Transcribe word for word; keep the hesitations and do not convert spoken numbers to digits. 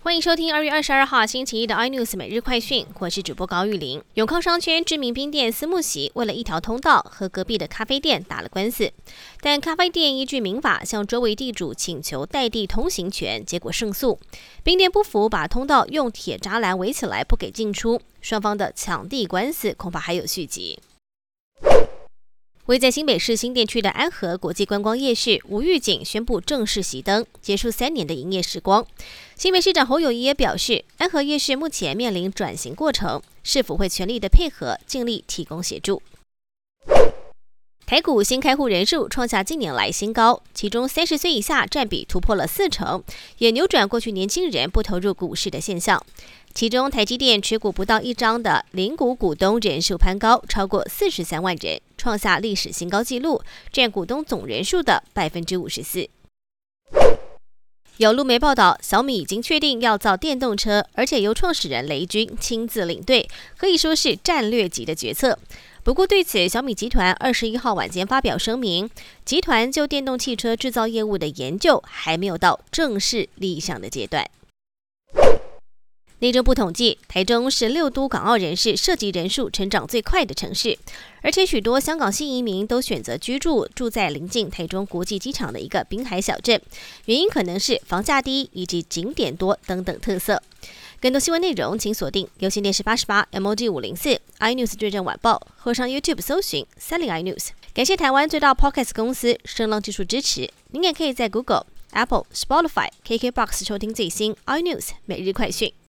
欢迎收听二月二十二号星期一的 iNews 每日快讯，我是主播高玉玲。永康商圈知名冰店思慕喜为了一条通道和隔壁的咖啡店打了官司，但咖啡店依据民法向周围地主请求代地通行权，结果胜诉。冰店不服，把通道用铁栅栏围起来不给进出，双方的抢地官司恐怕还有续集。位在新北市新店区的安和国际观光夜市无预警宣布正式熄灯，结束三年的营业时光。新北市长侯友宜也表示，安和夜市目前面临转型过程，市府会全力的配合，尽力提供协助。台股新开户人数创下近年来新高，其中三十岁以下占比突破了四成，也扭转过去年轻人不投入股市的现象。其中台积电持股不到一张的零股股东人数攀高，超过四十三万人，创下历史新高纪录，占股东总人数的百分之五十四。有路媒报道，小米已经确定要造电动车，而且由创始人雷军亲自领队，可以说是战略级的决策。不过对此，小米集团二十一号晚间发表声明，集团就电动汽车制造业务的研究还没有到正式立项的阶段。内政部统计，台中是六都港澳人士涉及人数成长最快的城市，而且许多香港新移民都选择居住住在临近台中国际机场的一个滨海小镇，原因可能是房价低以及景点多等等特色。更多新闻内容请锁定有线电视八十八 M O G 五零四 iNews 对阵晚报，或上 YouTube 搜寻三零 iNews。感谢台湾最大 Podcast 公司声浪技术支持。您也可以在 Google、Apple、Spotify、K K B O X 收听最新 iNews 每日快讯。